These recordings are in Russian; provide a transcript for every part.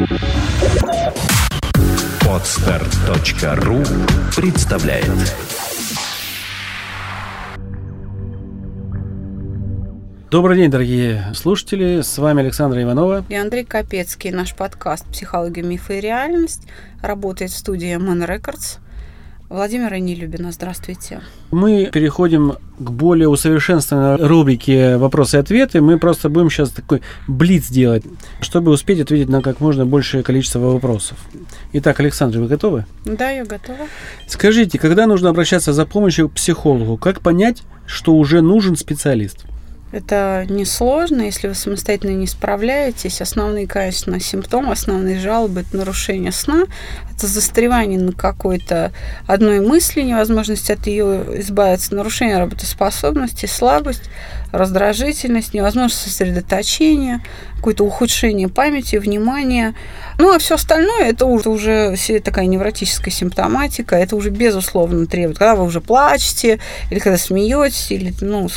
Podster.ru представляет. Добрый день, дорогие слушатели. С вами Александра Иванова и Андрей Капецкий. Наш подкаст «Психология, мифы и реальность» работает в студии Man Records. Владимира Нелюбина, здравствуйте. Мы переходим к более усовершенствованной рубрике «Вопросы и ответы». Мы просто будем сейчас такой блиц делать, чтобы успеть ответить на как можно большее количество вопросов. Итак, Александра, вы готовы? Да, я готова. Скажите, когда нужно обращаться за помощью к психологу? Как понять, что уже нужен специалист? Это несложно, если вы самостоятельно не справляетесь. Основные, конечно, симптомы, основные жалобы – это нарушение сна, это застревание на какой-то одной мысли, невозможность от ее избавиться, нарушение работоспособности, слабость, раздражительность, невозможность сосредоточения, какое-то ухудшение памяти, внимания. Ну, а все остальное – это уже такая невротическая симптоматика, это уже безусловно требует, когда вы уже плачете, или когда смеетесь, или,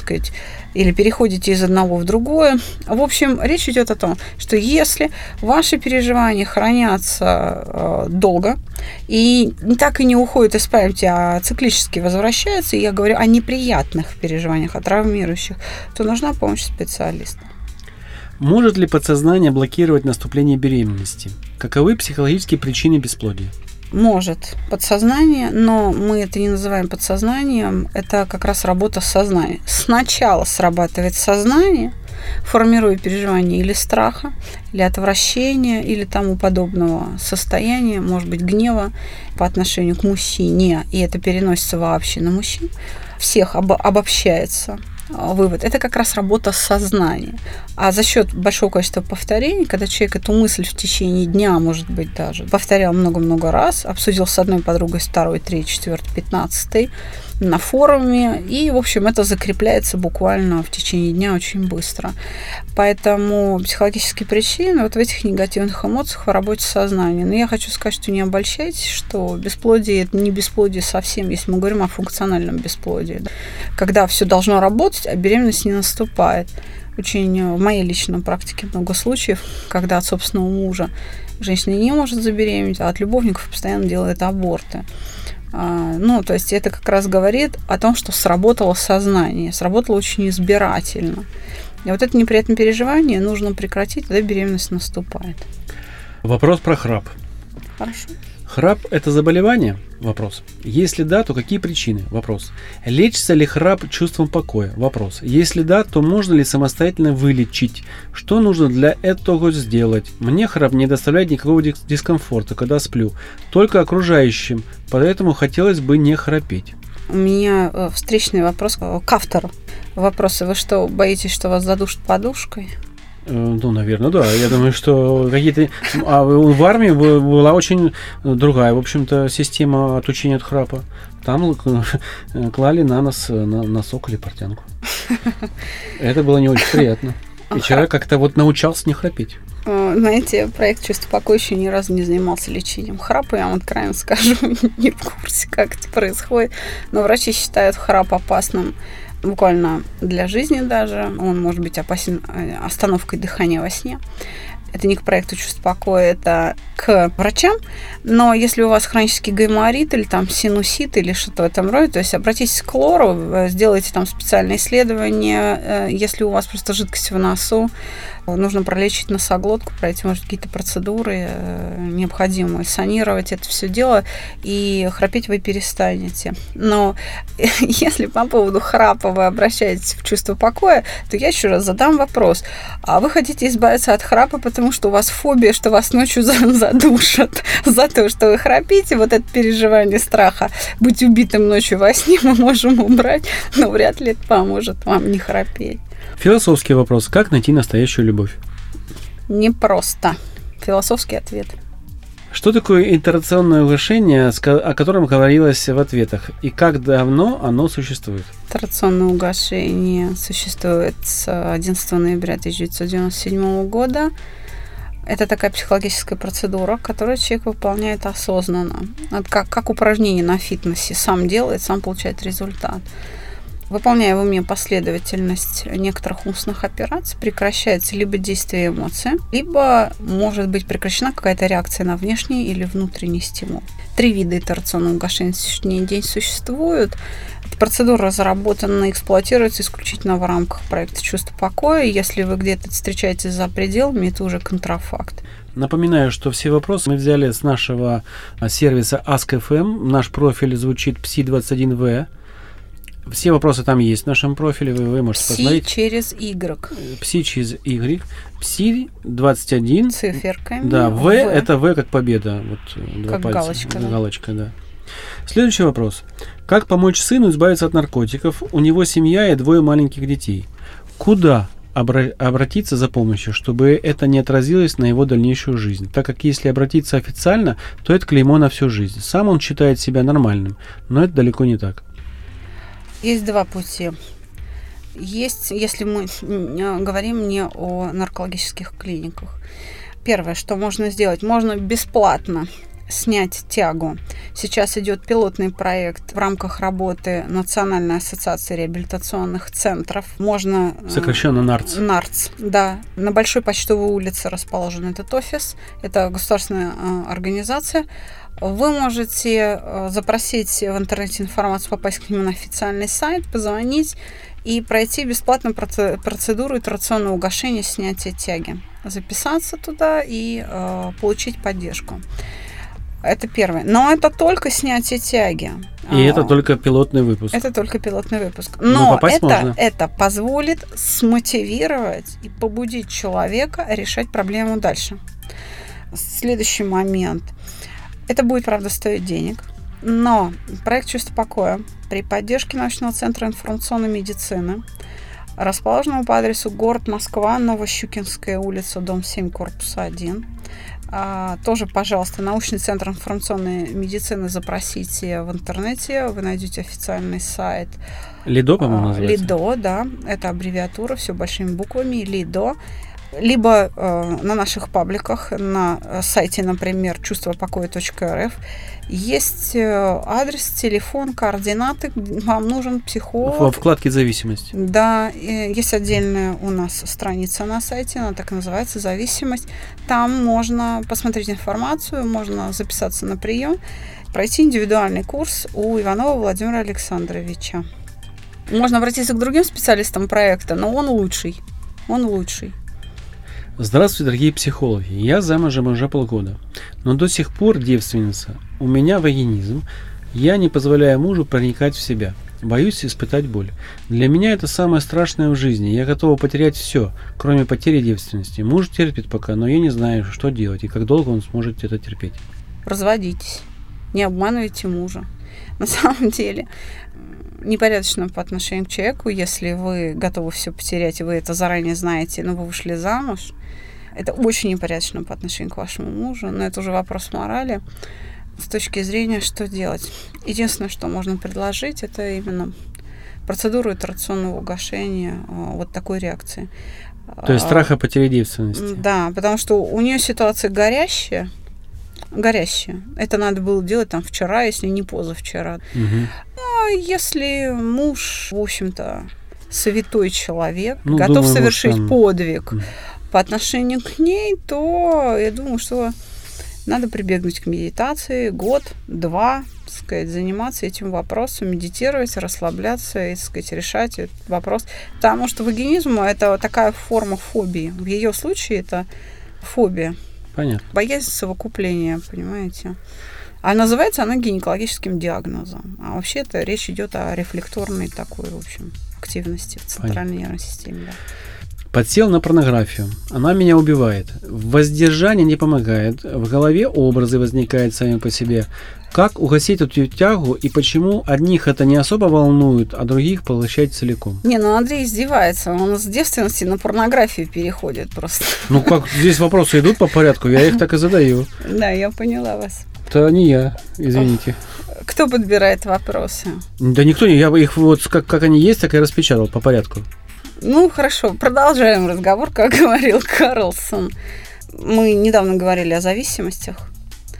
или переходите из одного в другое. В общем, речь идет о том, что если ваши переживания хранятся долго и так и не уходят из памяти, а циклически возвращаются, и я говорю о неприятных переживаниях, о травмирующих, то нужна помощь специалиста. Может ли подсознание блокировать наступление беременности? Каковы психологические причины бесплодия? Может подсознание, но мы это не называем подсознанием, это как раз работа с сознанием. Сначала срабатывает сознание, формируя переживание или страха, или отвращения, или тому подобного состояния, может быть, гнева по отношению к мужчине, и это переносится вообще на мужчин, всех обобщается. Вывод. Это как раз работа сознанием. А за счет большого количества повторений, когда человек эту мысль в течение дня, может быть, даже повторял много-много раз, обсудил с одной подругой, с второй, третьей, четвертой, 15 на форуме, и, в общем, это закрепляется буквально в течение дня очень быстро. Поэтому психологические причины вот в этих негативных эмоциях в работе с сознанием. Но я хочу сказать, что не обольщайтесь, что бесплодие – это не бесплодие совсем, если мы говорим о функциональном бесплодии. Да? Когда все должно работать, а беременность не наступает. Очень в моей личной практике много случаев, когда от собственного мужа женщина не может забеременеть, а от любовников постоянно делает аборты. То есть это как раз говорит о том, что сработало сознание, сработало очень избирательно. И вот это неприятное переживание нужно прекратить, когда беременность наступает. Вопрос про храп. Хорошо. Храп – это заболевание? Вопрос. Если да, то какие причины? Вопрос. Лечится ли храп чувством покоя? Вопрос. Если да, то можно ли самостоятельно вылечить? Что нужно для этого сделать? Мне храп не доставляет никакого дискомфорта, когда сплю, только окружающим, поэтому хотелось бы не храпеть. У меня встречный вопрос к автору. Вопросы. Вы что, боитесь, что вас задушат подушкой? Наверное, да. Я думаю, что какие-то... в армии была очень другая, в общем-то, система отучения от храпа. Там клали на нос носок или портянку. Это было не очень приятно. И человек как-то научался не храпеть. Знаете, проект «Чувство покоя» еще ни разу не занимался лечением храпа. Я вам откровенно скажу, не в курсе, как это происходит. Но врачи считают храп опасным буквально для жизни даже. Он может быть опасен остановкой дыхания во сне. Это не к проекту «Чувство покоя», это к врачам. Но если у вас хронический гайморит или синусит или что-то в этом роде, то есть обратитесь к лору, сделайте там специальное исследование. Если у вас просто жидкость в носу, нужно пролечить носоглотку, пройти, может, какие-то процедуры необходимые, санировать это все дело, и храпеть вы перестанете. Но если по поводу храпа вы обращаетесь в «Чувство покоя», то я еще раз задам вопрос. А вы хотите избавиться от храпа, потому что у вас фобия, что вас ночью задушат за то, что вы храпите? Вот это переживание страха быть убитым ночью во сне мы можем убрать, но вряд ли это поможет вам не храпеть. Философский вопрос. Как найти настоящую любовь? Непросто. Философский ответ. Что такое интерационное угошение, о котором говорилось в ответах, и как давно оно существует? Интерационное угошение существует с 11 ноября 1997 года. Это такая психологическая процедура, которую человек выполняет осознанно. Это как упражнение на фитнесе. Сам делает, сам получает результат. Выполняя в уме последовательность некоторых умственных операций, прекращается либо действие эмоций, либо может быть прекращена какая-то реакция на внешний или внутренний стимул. 3 вида итерационного угошения на сегодняшний день существуют. Эта процедура разработана и эксплуатируется исключительно в рамках проекта «Чувство покоя». Если вы где-то встречаетесь за пределами, это уже контрафакт. Напоминаю, что все вопросы мы взяли с нашего сервиса Ask.fm. Наш профиль звучит Psi21V. Все вопросы там есть в нашем профиле, вы можете посмотреть. Пси через Y. Пси через Y. Пси21. Циферками. Да, В это В как победа. Вот два как пальца. галочка. Да. Галочка, да. Следующий вопрос. Как помочь сыну избавиться от наркотиков? У него семья и 2 маленьких детей. Куда обратиться за помощью, чтобы это не отразилось на его дальнейшую жизнь? Так как если обратиться официально, то это клеймо на всю жизнь. Сам он считает себя нормальным, но это далеко не так. Есть 2 пути. Есть, если мы говорим не о наркологических клиниках. Первое, что можно сделать, можно бесплатно снять тягу. Сейчас идет пилотный проект в рамках работы Национальной ассоциации реабилитационных центров. Можно... Сокращенно НАРЦ. НАРЦ, да. На Большой Почтовой улице расположен этот офис. Это государственная организация. Вы можете запросить в интернете информацию, попасть к нему на официальный сайт, позвонить и пройти бесплатную процедуру итерационного угошения снятия тяги. Записаться туда и получить поддержку. Это первое. Но это только снятие тяги. И это только пилотный выпуск. Это только пилотный выпуск. Но это позволит смотивировать и побудить человека решать проблему дальше. Следующий момент. Это будет, правда, стоить денег. Но проект «Чувство покоя» при поддержке научного центра информационной медицины, расположенного по адресу город Москва, Новощукинская улица, дом 7, корпус 1. Тоже, пожалуйста, научный центр информационной медицины запросите в интернете, вы найдете официальный сайт. ЛИДО, по-моему, называется. ЛИДО, да, это аббревиатура, все большими буквами, ЛИДО. Либо на наших пабликах, на сайте, например, чувствопокоя.рф, есть адрес, телефон, координаты, вам нужен психолог. Во вкладке «Зависимость». Да, есть отдельная у нас страница на сайте, она так и называется «Зависимость». Там можно посмотреть информацию, можно записаться на прием, пройти индивидуальный курс у Иванова Владимира Александровича. Можно обратиться к другим специалистам проекта, но он лучший. Он лучший. Здравствуйте, дорогие психологи. Я замужем уже полгода, но до сих пор девственница. У меня вагинизм. Я не позволяю мужу проникать в себя. Боюсь испытать боль. Для меня это самое страшное в жизни. Я готова потерять все, кроме потери девственности. Муж терпит пока, но я не знаю, что делать и как долго он сможет это терпеть. Разводитесь. Не обманывайте мужа. На самом деле, непорядочно по отношению к человеку, если вы готовы все потерять, и вы это заранее знаете, но вы вышли замуж. Это очень непорядочно по отношению к вашему мужу, но это уже вопрос морали. С точки зрения, что делать? Единственное, что можно предложить, это именно процедуру итерационного угошения вот такой реакции. То есть страха потери девственности. Да, потому что у нее ситуация горящая. Это надо было делать там вчера, если не позавчера. Угу. А если муж, в общем-то, святой человек, готов совершить подвиг по отношению к ней, то я думаю, что надо прибегнуть к медитации 1-2 год, заниматься этим вопросом, медитировать, расслабляться и, решать этот вопрос. Потому что вагинизм – это такая форма фобии. В ее случае это фобия. Понятно. Боязнь совокупления, понимаете? А называется она гинекологическим диагнозом. А вообще-то речь идет о рефлекторной такой, в общем, активности в центральной нервной системе. Да. Подсел на порнографию. Она меня убивает. Воздержание не помогает. В голове образы возникают сами по себе. Как угасить эту тягу и почему одних это не особо волнует, а других поглощает целиком? Андрей издевается. Он с девственности на порнографию переходит просто. Ну как, здесь вопросы идут по порядку, я их так и задаю. Да, я поняла вас. Это не я, извините. Кто подбирает вопросы? Да никто не, я их вот как они есть, так и распечатал по порядку. Ну, хорошо, продолжаем разговор, как говорил Карлсон. Мы недавно говорили о зависимостях.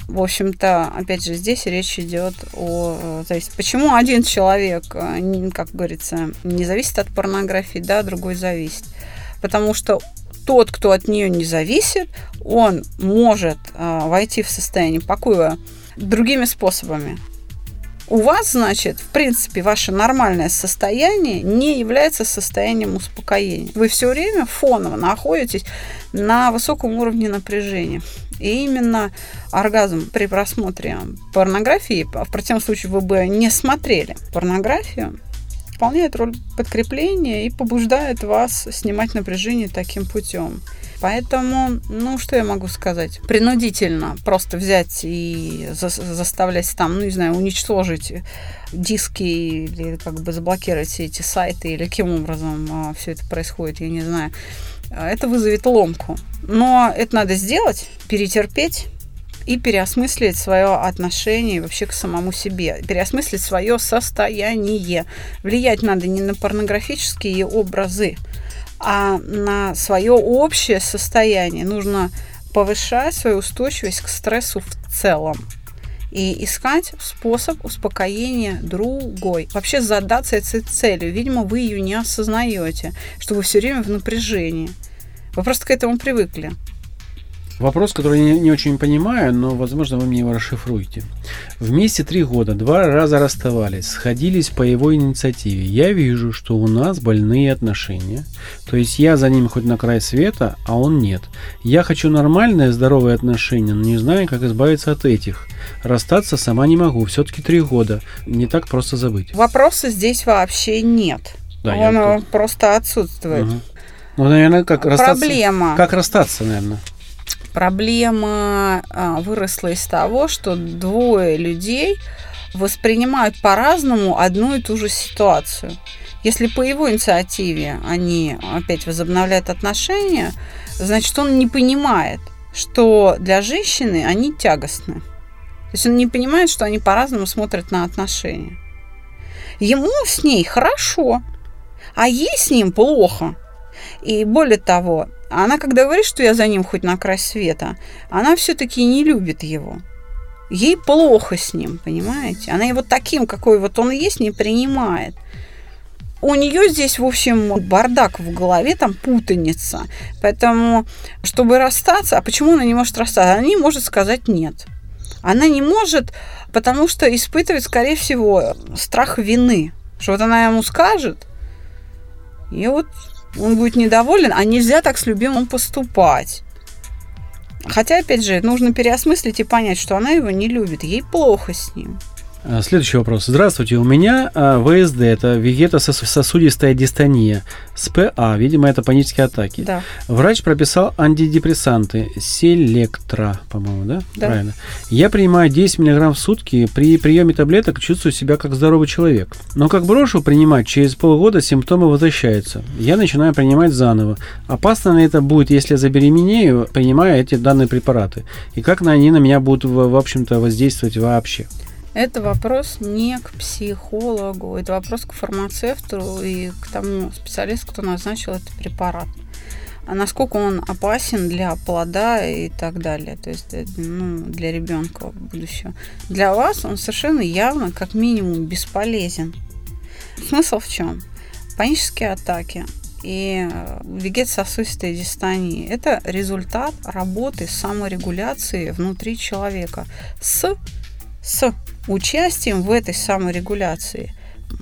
В общем-то, опять же, здесь речь идет о зависимости. Почему один человек, как говорится, не зависит от порнографии, да, другой зависит? Потому что тот, кто от нее не зависит, он может войти в состояние покоя другими способами. У вас, значит, в принципе, ваше нормальное состояние не является состоянием успокоения. Вы все время фоново находитесь на высоком уровне напряжения. И именно оргазм при просмотре порнографии, в противном случае вы бы не смотрели порнографию, выполняет роль подкрепления и побуждает вас снимать напряжение таким путем. Поэтому, что я могу сказать? Принудительно просто взять и заставлять там, уничтожить диски или заблокировать все эти сайты, или каким образом все это происходит, я не знаю. Это вызовет ломку. Но это надо сделать, перетерпеть и переосмыслить свое отношение вообще к самому себе, переосмыслить свое состояние. Влиять надо не на порнографические образы, а на свое общее состояние. Нужно повышать свою устойчивость к стрессу в целом и искать способ успокоения другой. Вообще задаться этой целью. Видимо, вы ее не осознаете, что вы все время в напряжении. Вы просто к этому привыкли. Вопрос, который я не очень понимаю, но, возможно, вы мне его расшифруете. Вместе 3 года, 2 раза расставались, сходились по его инициативе. Я вижу, что у нас больные отношения. То есть я за ним хоть на край света, а он нет. Я хочу нормальные, здоровые отношения, но не знаю, как избавиться от этих. Расстаться сама не могу. Все-таки 3 года. Не так просто забыть. Вопроса здесь вообще нет. Да, он просто отсутствует. Угу. Наверное, как расстаться. Проблема. Как расстаться, наверное. Проблема выросла из того, что 2 людей воспринимают по-разному одну и ту же ситуацию. Если по его инициативе они опять возобновляют отношения, значит, он не понимает, что для женщины они тягостны. То есть он не понимает, что они по-разному смотрят на отношения. Ему с ней хорошо, а ей с ним плохо. И более того, она, когда говорит, что я за ним хоть на край света, она все-таки не любит его. Ей плохо с ним, понимаете? Она его таким, какой вот он есть, не принимает. У нее здесь, в общем, бардак в голове, там путаница. Поэтому, чтобы расстаться, а почему она не может расстаться? Она не может сказать нет. Она не может, потому что испытывает, скорее всего, страх вины. Что вот она ему скажет, и вот он будет недоволен, а нельзя так с любимым поступать. Хотя, опять же, нужно переосмыслить и понять, что она его не любит, ей плохо с ним. Следующий вопрос. Здравствуйте, у меня ВСД, это вегетососудистая дистония, СПА, видимо, это панические атаки. Да. Врач прописал антидепрессанты, Селектра, по-моему, да? Да. Правильно. Я принимаю 10 мг в сутки, при приеме таблеток чувствую себя как здоровый человек. Но как брошу принимать, через полгода симптомы возвращаются. Я начинаю принимать заново. Опасно ли это будет, если я забеременею, принимая эти данные препараты? И как они на меня будут, в общем-то, воздействовать вообще? Это вопрос не к психологу, это вопрос к фармацевту и к тому специалисту, кто назначил этот препарат. А насколько он опасен для плода и так далее, то есть для ребенка будущего. Для вас он совершенно явно, как минимум, бесполезен. Смысл в чем? Панические атаки и вегетососудистая дистония – это результат работы саморегуляции внутри человека с участием в этой саморегуляции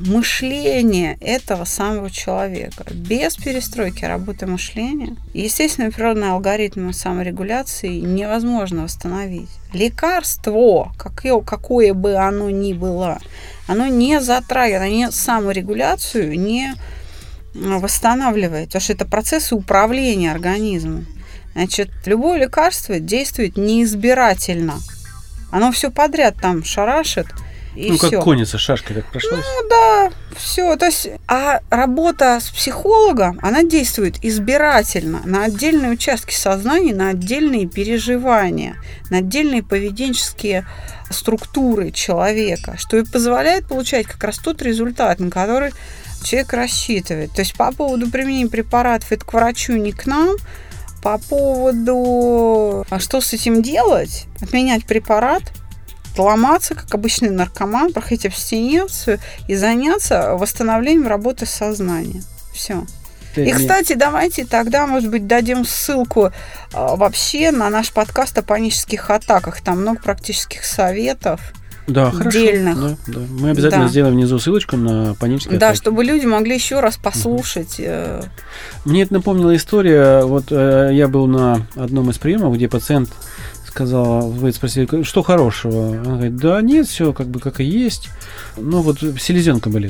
мышления этого самого человека. Без перестройки работы мышления, естественно, природные алгоритмы саморегуляции невозможно восстановить. Лекарство, какое бы оно ни было, оно не затрагивает, оно не саморегуляцию не восстанавливает, потому что это процессы управления организмом. Значит, любое лекарство действует неизбирательно. Оно все подряд там шарашит, и все. Как конница шашкой так прошлась. Да, все. То есть, а работа с психологом, она действует избирательно на отдельные участки сознания, на отдельные переживания, на отдельные поведенческие структуры человека, что и позволяет получать как раз тот результат, на который человек рассчитывает. То есть, по поводу применения препаратов, это к врачу, не к нам. По поводу, что с этим делать? Отменять препарат, ломаться, как обычный наркоман, проходить абстиненцию и заняться восстановлением работы сознания. Все. И, кстати, давайте тогда, может быть, дадим ссылку вообще на наш подкаст о панических атаках. Там много практических советов. Да, хорошо. Дельных. Да. Мы обязательно сделаем внизу ссылочку на панические атаки. Да, чтобы люди могли еще раз послушать. Мне это напомнила история. Вот я был на одном из приемов, где пациент сказал, вы спросили, что хорошего? Она говорит, да нет, все как бы как и есть. Но вот селезенка болит.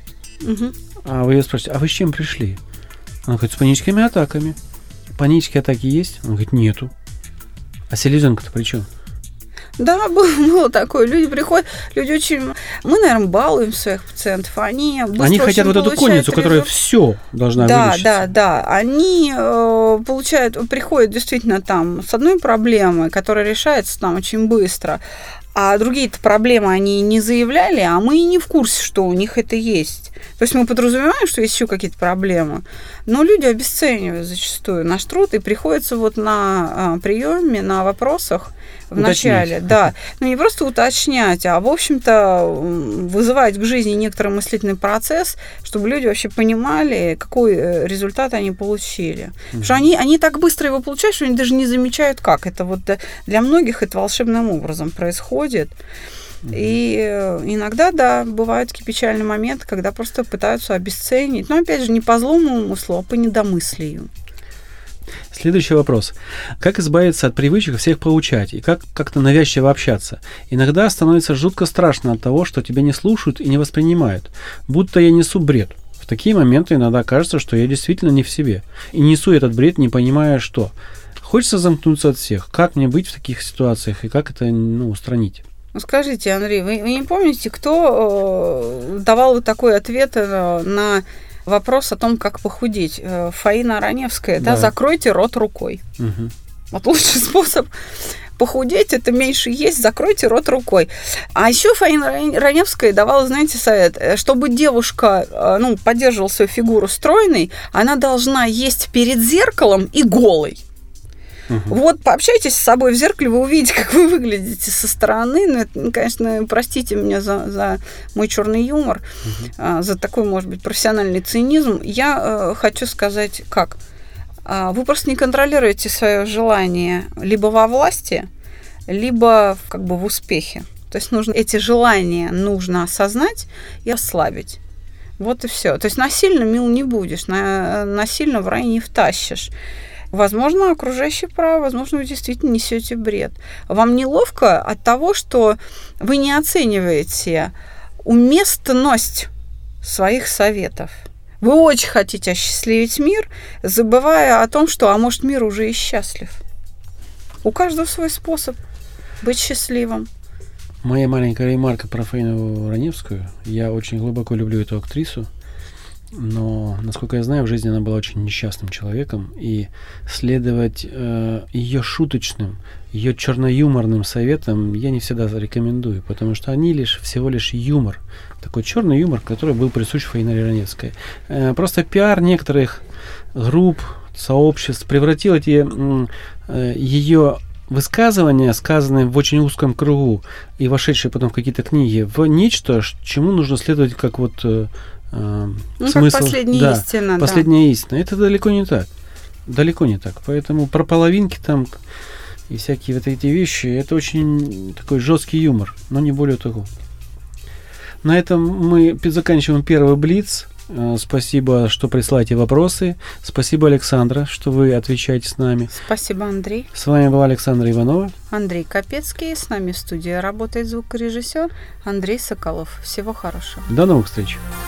А вы ее спрашиваете, а вы с чем пришли? Она говорит, с паническими атаками. Панические атаки есть? Она говорит, нету. А селезенка-то при чем? Да, было такое. Люди приходят, люди очень... Мы, наверное, балуем своих пациентов. Они хотят вот эту конницу, которая все должна вылечиться. Да. Они приходят действительно там с одной проблемой, которая решается там очень быстро. А другие-то проблемы они не заявляли, а мы и не в курсе, что у них это есть. То есть мы подразумеваем, что есть еще какие-то проблемы, но люди обесценивают зачастую наш труд, и приходится вот на приеме, на вопросах в начале, да, ну не просто уточнять, а в общем-то вызывать к жизни некоторый мыслительный процесс, чтобы люди вообще понимали, какой результат они получили. Потому что они так быстро его получают, что они даже не замечают, как. Это вот для многих это волшебным образом происходит. И иногда, да, бывают такие печальные моменты, когда просто пытаются обесценить. Но, опять же, не по злому умыслу, а по недомыслию. Следующий вопрос. Как избавиться от привычек всех поучать и как как-то навязчиво общаться? Иногда становится жутко страшно от того, что тебя не слушают и не воспринимают, будто я несу бред. В такие моменты иногда кажется, что я действительно не в себе. И несу этот бред, не понимая, что. Хочется замкнуться от всех. Как мне быть в таких ситуациях и как это устранить? Ну, скажите, Андрей, вы не помните, кто давал такой ответ на вопрос о том, как похудеть? Фаина Раневская, да? Закройте рот рукой. Угу. Вот лучший способ похудеть – это меньше есть, закройте рот рукой. А еще Фаина Раневская давала, знаете, совет, чтобы девушка поддерживала свою фигуру стройной, она должна есть перед зеркалом и голой. Вот пообщайтесь с собой в зеркале, вы увидите, как вы выглядите со стороны. Ну, это, конечно, простите меня за мой черный юмор, за такой, может быть, профессиональный цинизм. Я хочу сказать, как. Вы просто не контролируете свое желание либо во власти, либо как бы в успехе. То есть эти желания нужно осознать и ослабить. Вот и все. То есть насильно мил не будешь, насильно в рай не втащишь. Возможно, окружающие правы, возможно, вы действительно несете бред. Вам неловко от того, что вы не оцениваете уместность своих советов. Вы очень хотите осчастливить мир, забывая о том, что, может, мир уже и счастлив. У каждого свой способ быть счастливым. Моя маленькая ремарка про Фаину Раневскую. Я очень глубоко люблю эту актрису. Но, насколько я знаю, в жизни она была очень несчастным человеком, и следовать ее шуточным, ее черно-юморным советам я не всегда рекомендую, потому что они всего лишь юмор, такой черный юмор, который был присущ Фаине Раневской. Просто пиар некоторых групп, сообществ превратил ее высказывания, сказанные в очень узком кругу и вошедшие потом в какие-то книги, в нечто, чему нужно следовать как смысл, как последняя истина. Последняя истина. Это далеко не так. Далеко не так. Поэтому про половинки там и всякие вот эти вещи, это очень такой жесткий юмор, но не более того. На этом мы заканчиваем первый блиц. Спасибо, что присылаете вопросы. Спасибо, Александра, что вы отвечаете с нами. Спасибо, Андрей. С вами была Александра Иванова. Андрей Капецкий. С нами в студии работает звукорежиссер Андрей Соколов. Всего хорошего. До новых встреч.